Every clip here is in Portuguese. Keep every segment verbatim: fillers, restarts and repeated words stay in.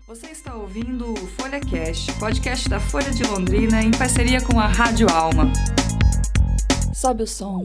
Você está ouvindo o FolhaCast, podcast da Folha de Londrina em parceria com a Rádio Alma. Sobe o som.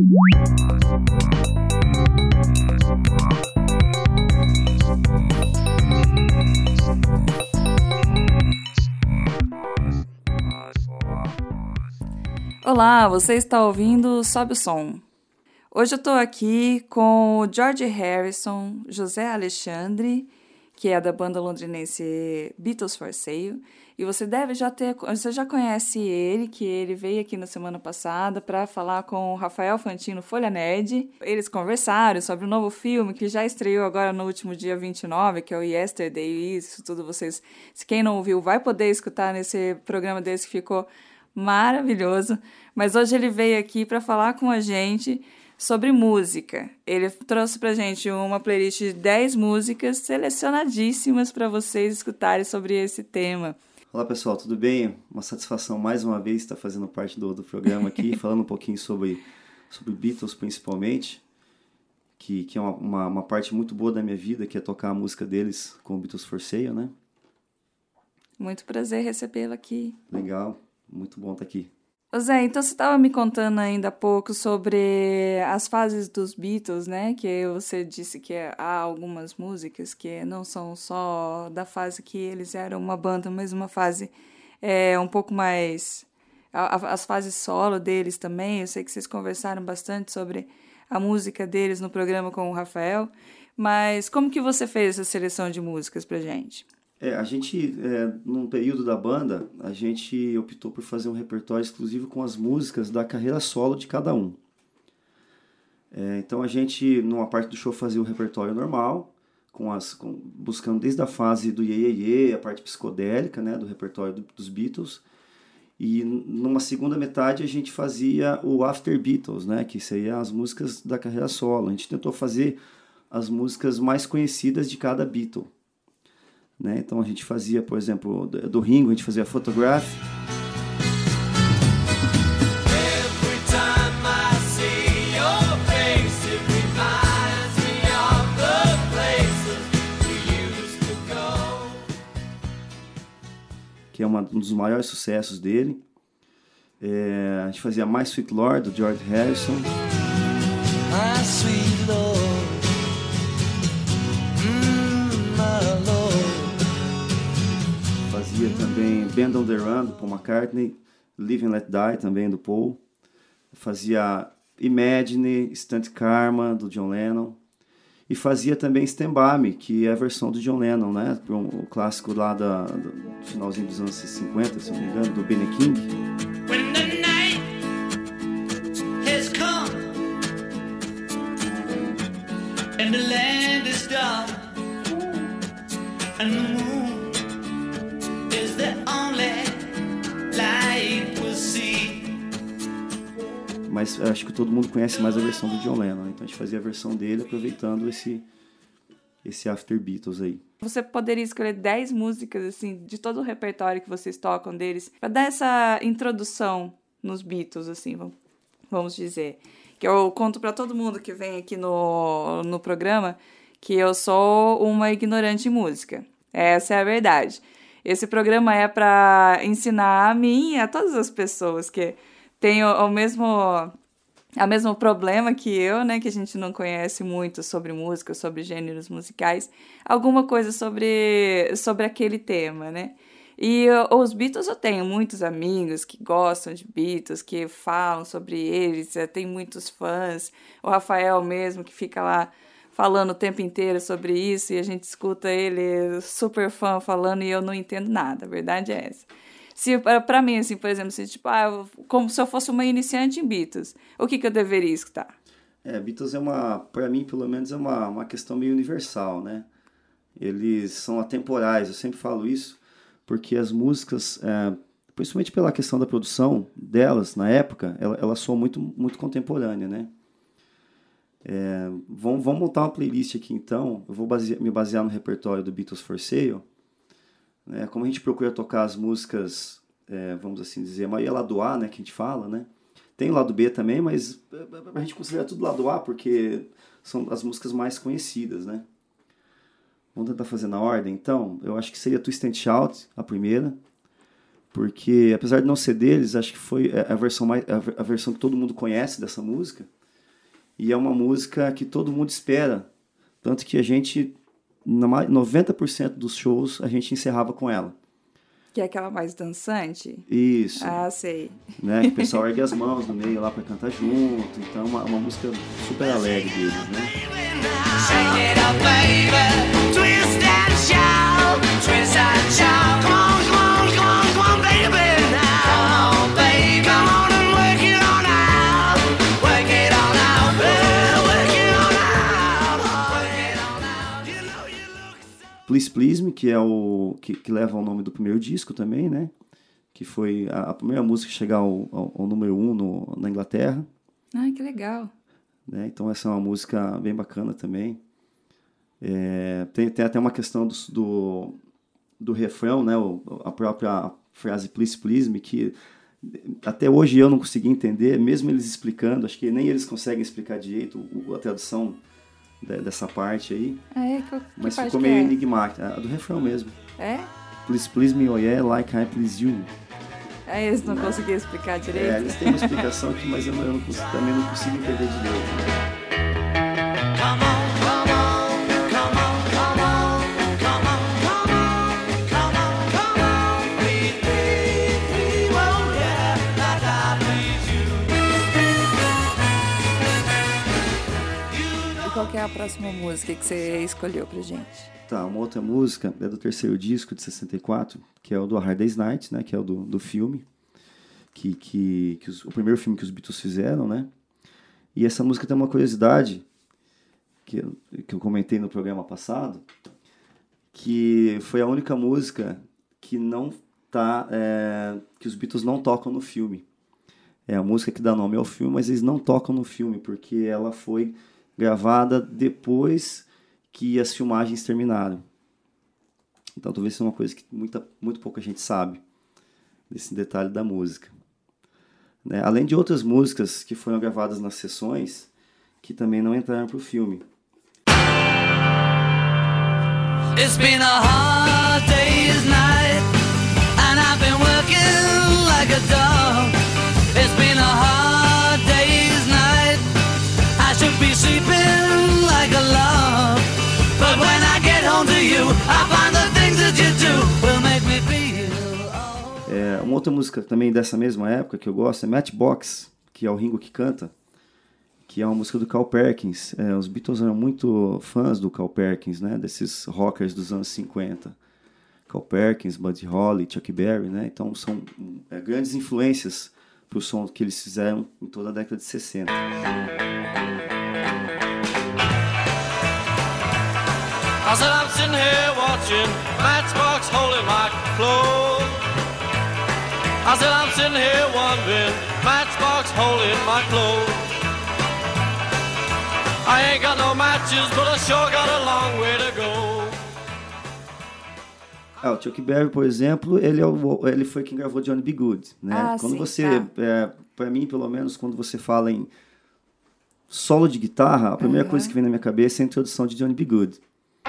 Olá, você está ouvindo Sobe o Som. Hoje eu estou aqui com o George Harrison, José Alexandre, que é da banda londrinense Beatles for Sale, e você deve já ter, você já conhece ele, que ele veio aqui na semana passada para falar com o Rafael Fantino, Folha Nerd. Eles conversaram sobre o novo filme que já estreou agora no último dia vinte e nove, que é o Yesterday, e isso tudo vocês, se quem não ouviu, vai poder escutar nesse programa desse que ficou maravilhoso. Mas hoje ele veio aqui para falar com a gente sobre música. Ele trouxe pra gente uma playlist de dez músicas selecionadíssimas para vocês escutarem sobre esse tema. Olá pessoal, tudo bem? Uma satisfação mais uma vez estar fazendo parte do, do programa aqui, falando um pouquinho sobre, sobre Beatles principalmente, que, que é uma, uma, uma parte muito boa da minha vida, que é tocar a música deles com o Beatles for Sale, né? Muito prazer recebê-lo aqui. Legal, muito bom estar aqui. Ô Zé, então você estava me contando ainda há pouco sobre as fases dos Beatles, né? Que você disse que há algumas músicas que não são só da fase que eles eram uma banda, mas uma fase é, um pouco mais... As fases solo deles também. Eu sei que vocês conversaram bastante sobre a música deles no programa com o Rafael. Mas como que você fez essa seleção de músicas pra gente? É, a gente, é, num período da banda, a gente optou por fazer um repertório exclusivo com as músicas da carreira solo de cada um. É, então a gente, numa parte do show, fazia o repertório normal, com as, com, buscando desde a fase do Ye Ye Ye, a parte psicodélica, né, do repertório do, dos Beatles. E numa segunda metade a gente fazia o After Beatles, né, que seriam as músicas da carreira solo. A gente tentou fazer as músicas mais conhecidas de cada Beatle. Né? Então a gente fazia, por exemplo, do Ringo, a gente fazia Photograph. Que é uma, um dos maiores sucessos dele. É, a gente fazia My Sweet Lord, do George Harrison. My Sweet Lord. Fazia também Band on the Run, do Paul McCartney, Live and Let Die, também do Paul. Fazia Imagine, Stunt Karma, do John Lennon. E fazia também Stand By Me, que é a versão do John Lennon, né? O clássico lá da, do finalzinho dos anos cinquenta, se não me engano, do Benny King. When the night has come and the land is dark and the moon is the only light we'll see. Mas acho que todo mundo conhece mais a versão do John Lennon, então a gente fazia a versão dele aproveitando esse, esse After Beatles aí. Você poderia escolher dez músicas assim, de todo o repertório que vocês tocam deles, para dar essa introdução nos Beatles, assim, vamos dizer. Que eu conto para todo mundo que vem aqui no, no programa que eu sou uma ignorante em música. Essa é a verdade. Esse programa é para ensinar a mim e a todas as pessoas que têm o, o mesmo, o mesmo problema que eu, né? Que a gente não conhece muito sobre música, sobre gêneros musicais, alguma coisa sobre, sobre aquele tema, né? E os Beatles, eu tenho muitos amigos que gostam de Beatles, que falam sobre eles, tem muitos fãs. O Rafael mesmo, que fica lá falando o tempo inteiro sobre isso, e a gente escuta ele super fã falando e eu não entendo nada, a verdade é essa. Se para mim, assim, por exemplo, se, tipo, ah, como se eu fosse uma iniciante em Beatles, o que, que eu deveria escutar? É, Beatles é uma, para mim, pelo menos, é uma, uma questão meio universal, né? Eles são atemporais, eu sempre falo isso, porque as músicas, é, principalmente pela questão da produção delas, na época, elas ela são muito, muito contemporâneas, né? É, vamos, vamos montar uma playlist aqui então. Eu vou basear, me basear no repertório do Beatles for Sale, né? Como a gente procura tocar as músicas, é, vamos assim dizer, a maioria é lado A, né, que a gente fala, né? Tem o lado B também, mas a gente considera tudo lado A porque são as músicas mais conhecidas, né? Vamos tentar fazer na ordem, então. Eu acho que seria Twist and Shout, a primeira. Porque, apesar de não ser deles, acho que foi a versão, mais, a versão que todo mundo conhece dessa música. E é uma música que todo mundo espera. Tanto que a gente, noventa por cento dos shows, a gente encerrava com ela. Que é aquela mais dançante? Isso. Ah, sei. Né? Que o pessoal ergue as mãos no meio lá pra cantar junto. Então, uma, uma música super alegre deles, né? Sing it up, baby. Twist and shout. Twist and shout. Come on, come on, come on, come on, baby. Now, come on, baby. Come on and work it on out. Work it on out, baby. Work it on out. Work it on out. You know you look so... Please Please Me, que é o que, que leva o nome do primeiro disco também, né? Que foi a, a primeira música a chegar ao, ao, ao número um no, na Inglaterra. Ai, que legal. Né? Então essa é uma música bem bacana também. É, tem, tem até uma questão do, do, do refrão, né? O, a própria frase Please Please Me, que até hoje eu não consegui entender, mesmo eles explicando, acho que nem eles conseguem explicar direito a tradução de, dessa parte aí. Ah, é? Que, mas que ficou meio é? enigmática, a do refrão mesmo. É? Please Please Me, oh yeah, like I please you. Aí eles não conseguiram explicar direito? É, eles têm uma explicação aqui, mas eu, não, eu não consigo, também não consigo entender direito. Come on, come on, come on, come on, come on, come on, come on, come on, please, please, please, oh yeah, like I please you. E qual que é a próxima música que você escolheu pra gente? Tá, uma outra música é do terceiro disco de sessenta e quatro, que é o do A Hard Day's Night, né, que é o do, do filme, que, que, que os, o primeiro filme que os Beatles fizeram, né? E essa música tem uma curiosidade, que eu, que eu comentei no programa passado, que foi a única música que não tá, é, que os Beatles não tocam no filme. É a música que dá nome ao filme, mas eles não tocam no filme, porque ela foi gravada depois que as filmagens terminaram. Então talvez seja uma coisa que muita, muito pouca gente sabe, desse detalhe da música. Né? Além de outras músicas que foram gravadas nas sessões, que também não entraram para o filme. It's been a hard day's night, and I've been working like a dog. It's been a hard day's night, I should be sleeping like a log. But when I get home to you, I find the things that you do will make me feel. É, uma outra música também dessa mesma época que eu gosto é Matchbox, que é o Ringo que canta, que é uma música do Carl Perkins. É, os Beatles eram muito fãs do Carl Perkins, né, desses rockers dos anos cinquenta. Carl Perkins, Buddy Holly, Chuck Berry, né, então são é, grandes influências para o som que eles fizeram em toda a década de sessenta. I said I'm sitting here watching Matchbox holding my clothes. I said I'm sitting here wondering Matchbox holding my clothes. I ain't got no matches, but I sure got a long way to go. Ah, o Chuck Berry, por exemplo, ele, é o, ele foi quem gravou Johnny B. Good, né? Ah, quando sim, você, tá. é, para mim, pelo menos, quando você fala em solo de guitarra, a primeira uhum. coisa que vem na minha cabeça é a introdução de Johnny B. Good.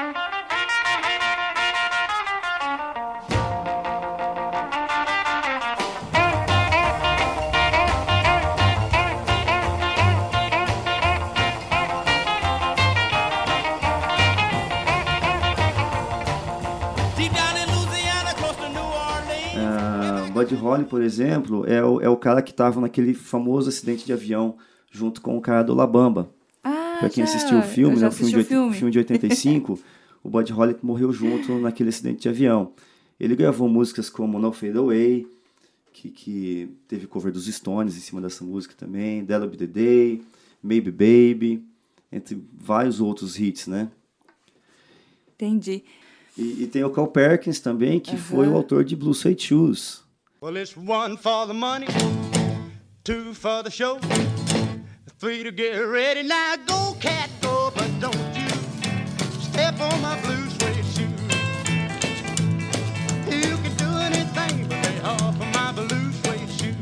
Buddy Holly, por exemplo, é o, é o cara que estava naquele famoso acidente de avião junto com o cara do La Bamba. Ah, Pra quem já. assistiu o filme, né, o filme, de, o filme. filme de oitenta e cinco, o Buddy Holly morreu junto naquele acidente de avião. Ele gravou músicas como No Fade Away, que, que teve cover dos Stones em cima dessa música também, That'll Be The Day, Maybe Baby, entre vários outros hits, né? Entendi. E, e tem o Carl Perkins também, que uh-huh. foi o autor de Blue Suede Shoes. Well, it's one for the money, two for the show, three to get ready. Now go, cat, go, but don't you step on my blue suede shoe. You can do anything but lay off of my blue suede shoe.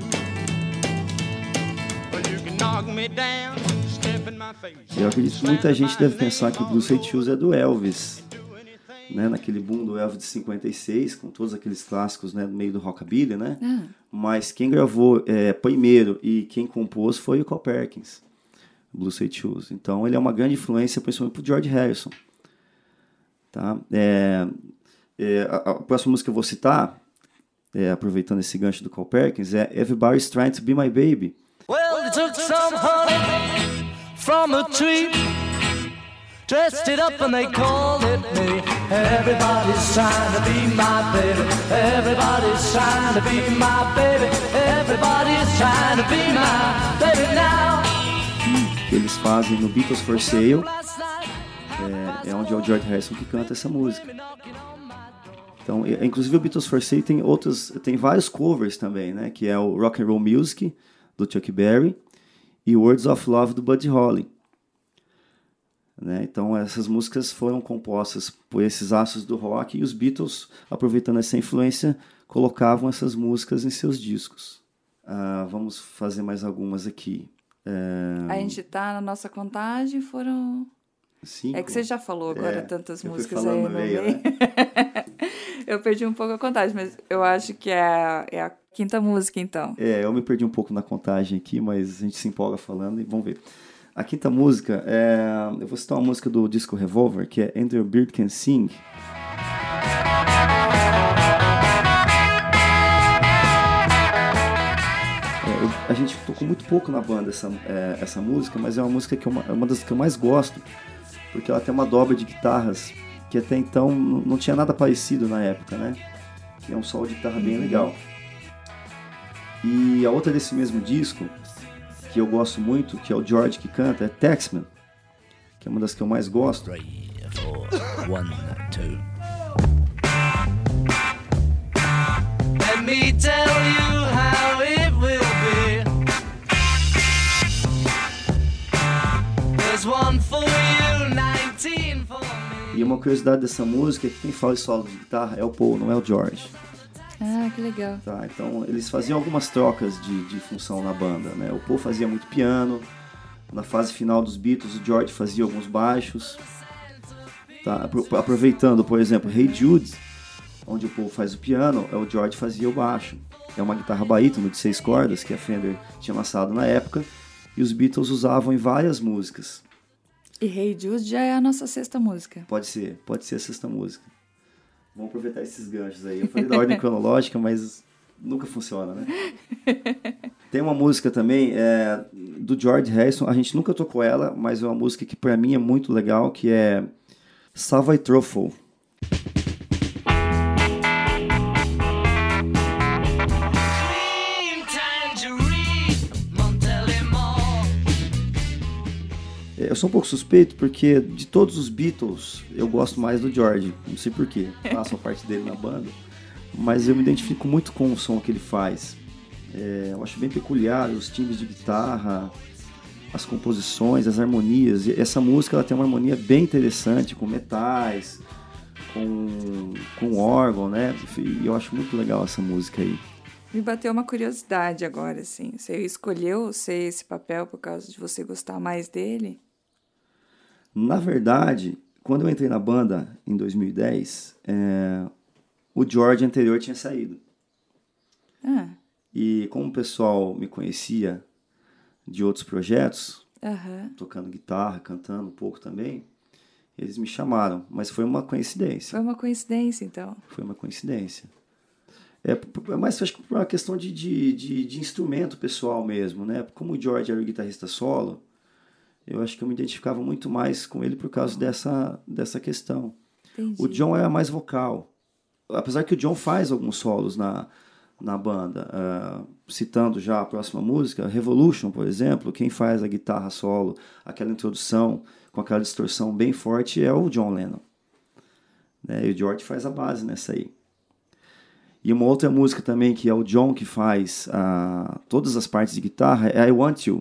Well, you can knock me down, step in my face. Eu acredito que muita gente deve pensar que o Blue Suede Shoes é do Elvis. né, naquele boom do Elvis de cinquenta e seis, com todos aqueles clássicos, né, no meio do rockabilly, né? Ah. Mas quem gravou é, primeiro e quem compôs foi o Carl Perkins, Blue Suede Shoes. Então ele é uma grande influência, principalmente para o George Harrison. Tá? É, é, a, a próxima música que eu vou citar, é, aproveitando esse gancho do Carl Perkins, é Everybody's Trying to Be My Baby. Well, they took some honey from a tree, dressed it up and they called it me. Everybody's trying to be my baby. Everybody's trying to be my baby. Everybody's trying to be my baby now. Que eles fazem no Beatles for Sale, é, é onde é o George Harrison que canta essa música. Então, é, inclusive o Beatles for Sale tem outros, tem vários covers também, né? Que é o Rock and Roll Music do Chuck Berry e Words of Love do Buddy Holly. Né? Então essas músicas foram compostas por esses astros do rock e os Beatles, aproveitando essa influência, colocavam essas músicas em seus discos. Ah, vamos fazer mais algumas aqui. É... A gente tá na nossa contagem, foram... Cinco. É que você já falou agora é, tantas eu músicas fui aí no meio, meio. Né? Eu perdi um pouco a contagem, mas eu acho que é a, é a quinta música, então. É, eu me perdi um pouco na contagem aqui, mas a gente se empolga falando e vamos ver. A quinta música, é, eu vou citar uma música do Disco Revolver, que é Andrew Bird Can Sing. É, eu, a gente tocou muito pouco na banda essa, é, essa música, mas é uma música que eu, é uma das que eu mais gosto, porque ela tem uma dobra de guitarras que até então não, não tinha nada parecido na época, né? Que é um solo de guitarra bem legal. E a outra desse mesmo disco, que eu gosto muito, que é o George que canta, é Taxman, que é uma das que eu mais gosto. Three, four, one, two. Let me tell you how it will be. There's one for you, nineteen for me. E uma curiosidade dessa música é que quem faz solo de guitarra é o Paul, não é o George. Ah, que legal. Tá, então eles faziam algumas trocas de, de função na banda, né? O Paul fazia muito piano, na fase final dos Beatles o George fazia alguns baixos. Tá? Aproveitando, por exemplo, Hey Jude, onde o Paul faz o piano, o George fazia o baixo. É uma guitarra barítono de seis cordas que a Fender tinha lançado na época e os Beatles usavam em várias músicas. E Hey Jude já é a nossa sexta música. Pode ser, pode ser a sexta música. Vamos aproveitar esses ganchos aí. Eu falei da ordem cronológica, mas nunca funciona, né? Tem uma música também é, do George Harrison. A gente nunca tocou ela, mas é uma música que pra mim é muito legal, que é Savage Truffle. Eu sou um pouco suspeito porque de todos os Beatles eu gosto mais do George, não sei porquê, faço a parte dele na banda, mas eu me identifico muito com o som que ele faz. É, eu acho bem peculiar os timbres de guitarra, as composições, as harmonias. E essa música ela tem uma harmonia bem interessante com metais, com, com órgão, né? E eu acho muito legal essa música aí. Me bateu uma curiosidade agora, assim. Você escolheu ser esse papel por causa de você gostar mais dele? Na verdade, quando eu entrei na banda em dois mil e dez, é, o George anterior tinha saído. Ah. E como o pessoal me conhecia de outros projetos, uhum. tocando guitarra, cantando um pouco também, eles me chamaram, mas foi uma coincidência. Foi uma coincidência, então. Foi uma coincidência. É, mas acho que por uma questão de, de, de, de instrumento pessoal mesmo, né? Como o George era o guitarrista solo, eu acho que eu me identificava muito mais com ele por causa dessa, dessa questão. Entendi. O John era mais vocal. Apesar que o John faz alguns solos na, na banda. Uh, citando já a próxima música, Revolution, por exemplo, quem faz a guitarra solo, aquela introdução com aquela distorção bem forte é o John Lennon. Né? E o George faz a base nessa aí. E uma outra música também que é o John que faz uh, todas as partes de guitarra é I Want You,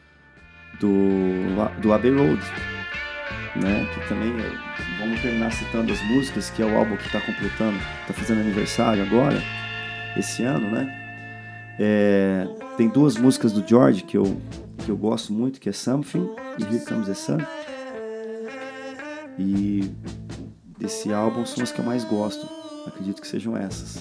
do, do Abbey Road, né? Que também, vamos terminar citando as músicas, que é o álbum que está completando, está fazendo aniversário agora, esse ano, né? É, tem duas músicas do George que eu, que eu gosto muito, que é Something e Here Comes the Sun. E desse álbum são as que eu mais gosto. Acredito que sejam essas.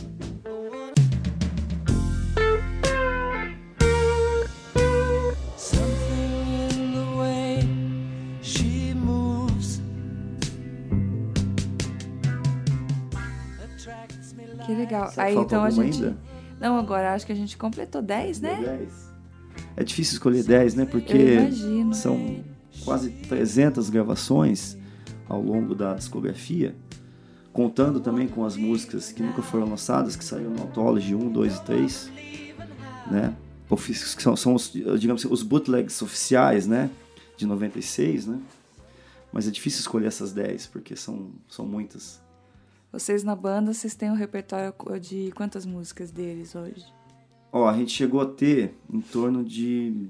Que legal. Será que Aí falta então a alguma gente. ainda? Não, agora acho que a gente completou dez, né? dez. É difícil escolher dez, né? Porque Eu imagino. são quase trezentas gravações ao longo da discografia, contando também com as músicas que nunca foram lançadas, que saíram no Anthology um, dois e três, né? Que são, são os, digamos assim, os bootlegs oficiais, né? De noventa e seis, né? Mas é difícil escolher essas dez, porque são, são muitas. Vocês na banda, vocês têm um repertório de quantas músicas deles hoje? Ó, a gente chegou a ter em torno de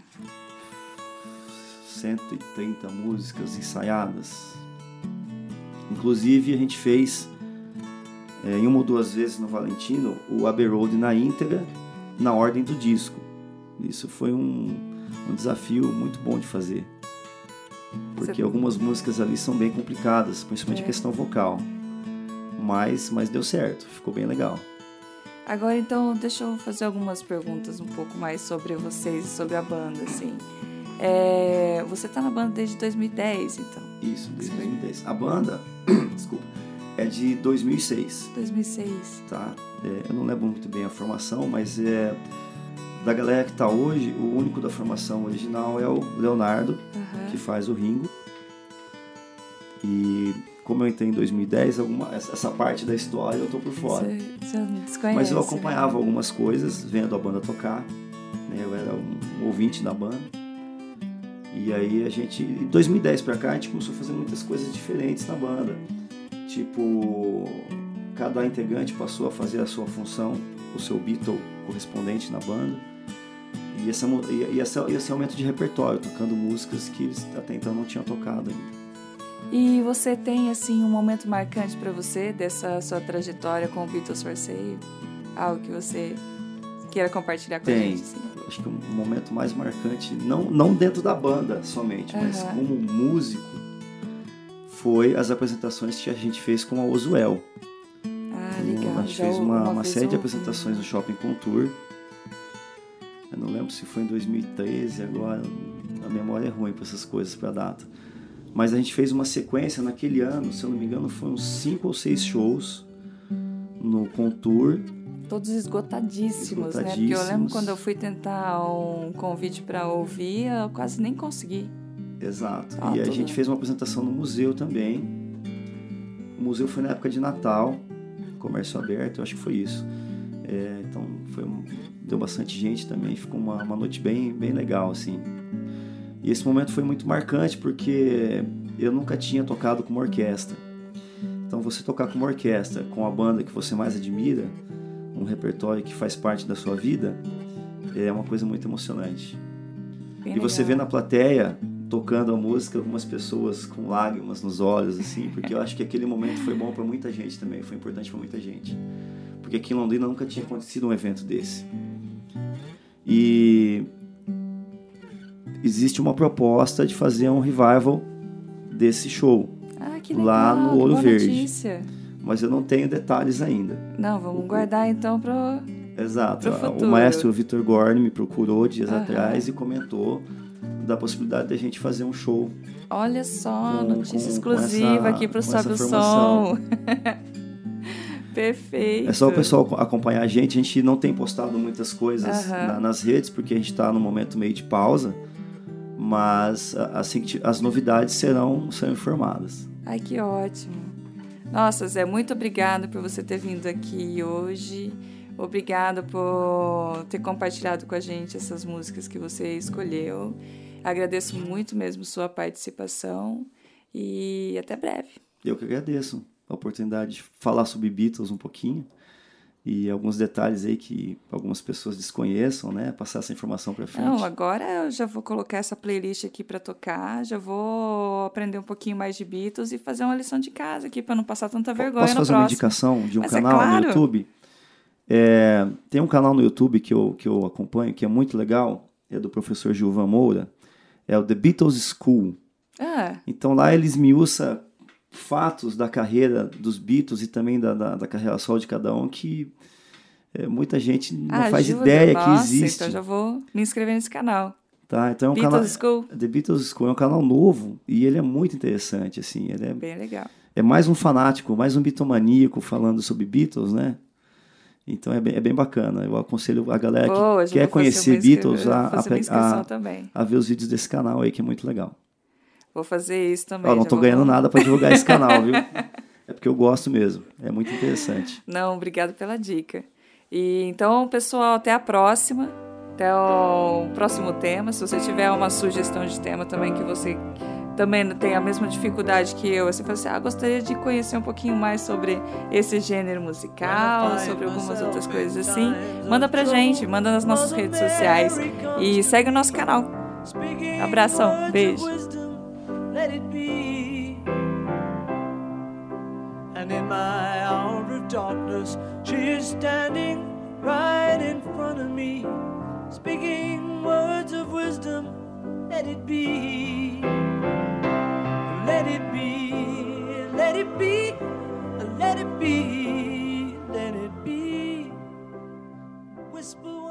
cento e trinta músicas ensaiadas. Inclusive, a gente fez é, em uma ou duas vezes no Valentino o Abbey Road na íntegra, na ordem do disco. Isso foi um, um desafio muito bom de fazer. Porque Você... algumas músicas ali são bem complicadas, principalmente é. a questão vocal. Mas, mas deu certo, ficou bem legal. Agora, então, deixa eu fazer algumas perguntas um pouco mais sobre vocês e sobre a banda, assim. É, você tá na banda desde dois mil e dez, então? Isso, desde dois mil e dez. A banda, desculpa, é de dois mil e seis. dois mil e seis. Tá, é, eu não lembro muito bem a formação, mas é, da galera que tá hoje, o único da formação original é o Leonardo, uhum. que faz o Ringo. E... como eu entrei em dois mil e dez, alguma, essa parte da história eu tô por fora. Você, você desconhece, mas eu acompanhava né? algumas coisas, vendo a banda tocar, né? Eu era um, um ouvinte da banda. E aí a gente, em dois mil e dez pra cá, a gente começou a fazer muitas coisas diferentes na banda. Tipo, cada integrante passou a fazer a sua função, o seu Beatle correspondente na banda. E, essa, e, essa, e esse aumento de repertório, tocando músicas que eles até então não tinham tocado ainda. E você tem, assim, um momento marcante pra você dessa sua trajetória com o Beatles for Sale? Algo que você queira compartilhar com tem. a gente? Assim? Acho que um momento mais marcante, não, não dentro da banda somente, uhum. mas como músico, foi as apresentações que a gente fez com a Ozuel. Ah, legal. A gente Já fez uma, uma, uma série de apresentações no Shopping Contour. Eu não lembro se foi em dois mil e treze, agora a memória é ruim para essas coisas, para a data. Mas a gente fez uma sequência naquele ano, se eu não me engano, foram uns cinco ou seis shows no Contour. Todos esgotadíssimos, esgotadíssimos, né? Porque eu lembro quando eu fui tentar um convite para ouvir, eu quase nem consegui. Exato. Ah, e a gente fez uma apresentação no museu também. O museu foi na época de Natal, comércio aberto, eu acho que foi isso. É, então foi um, deu bastante gente também, ficou uma, uma noite bem, bem legal, assim. E esse momento foi muito marcante porque eu nunca tinha tocado com uma orquestra. Então você tocar com uma orquestra, com a banda que você mais admira, um repertório que faz parte da sua vida, é uma coisa muito emocionante. Bem e você legal. Vê na plateia, tocando a música, algumas pessoas com lágrimas nos olhos, assim, porque eu acho que aquele momento foi bom para muita gente também, foi importante para muita gente. Porque aqui em Londrina nunca tinha acontecido um evento desse. E existe uma proposta de fazer um revival desse show. Ah, que legal, lá no Ouro Verde. Notícia. Mas eu não tenho detalhes ainda. Não, vamos o... guardar então para Exato. pro futuro. O maestro Vitor Gorni me procurou dias uhum. atrás e comentou da possibilidade de a gente fazer um show. Olha só, com, notícia com, exclusiva com essa, aqui para o Sobe o Som. Perfeito. É só o pessoal acompanhar a gente. A gente não tem postado muitas coisas uhum. na, nas redes, porque a gente está no momento meio de pausa. Mas assim que as novidades serão, serão informadas. Ai, que ótimo. Nossa, Zé, muito obrigada por você ter vindo aqui hoje. Obrigada por ter compartilhado com a gente essas músicas que você escolheu. Agradeço muito mesmo sua participação e até breve. Eu que agradeço a oportunidade de falar sobre Beatles um pouquinho e alguns detalhes aí que algumas pessoas desconheçam, né? Passar essa informação para frente. Não, agora eu já vou colocar essa playlist aqui para tocar, já vou aprender um pouquinho mais de Beatles e fazer uma lição de casa aqui para não passar tanta vergonha. Posso no fazer próximo. Uma indicação de um Mas canal é claro. no YouTube? É, tem um canal no YouTube que eu, que eu acompanho que é muito legal, é do professor Gilvan Moura, é o The Beatles School. Ah. Então lá ele esmiuça fatos da carreira dos Beatles e também da, da, da carreira solo de cada um que é, muita gente não ah, faz ajuda. ideia Nossa, que existe. Então já vou me inscrever nesse canal. Tá, então é um Beatles canal, School. The Beatles School é um canal novo e ele é muito interessante, assim, ele é bem legal. É mais um fanático, mais um bitomaníaco falando sobre Beatles, né? Então é bem, é bem bacana. Eu aconselho a galera que Pô, quer conhecer Beatles a, a, a, a ver os vídeos desse canal aí, que é muito legal. Vou fazer isso também. Ó, não tô vou... ganhando nada para divulgar esse canal, viu? É porque eu gosto mesmo. É muito interessante. Não, obrigado pela dica. E então, pessoal, até a próxima. Até o próximo tema. Se você tiver uma sugestão de tema também que você também tem a mesma dificuldade que eu, você fala assim, ah, gostaria de conhecer um pouquinho mais sobre esse gênero musical, sobre algumas outras coisas assim, manda pra gente, manda nas nossas redes sociais e segue o nosso canal. Abração, beijo. And in my hour of darkness, she is standing right in front of me, speaking words of wisdom, let it be. Let it be, let it be, let it be, let it be. Whisper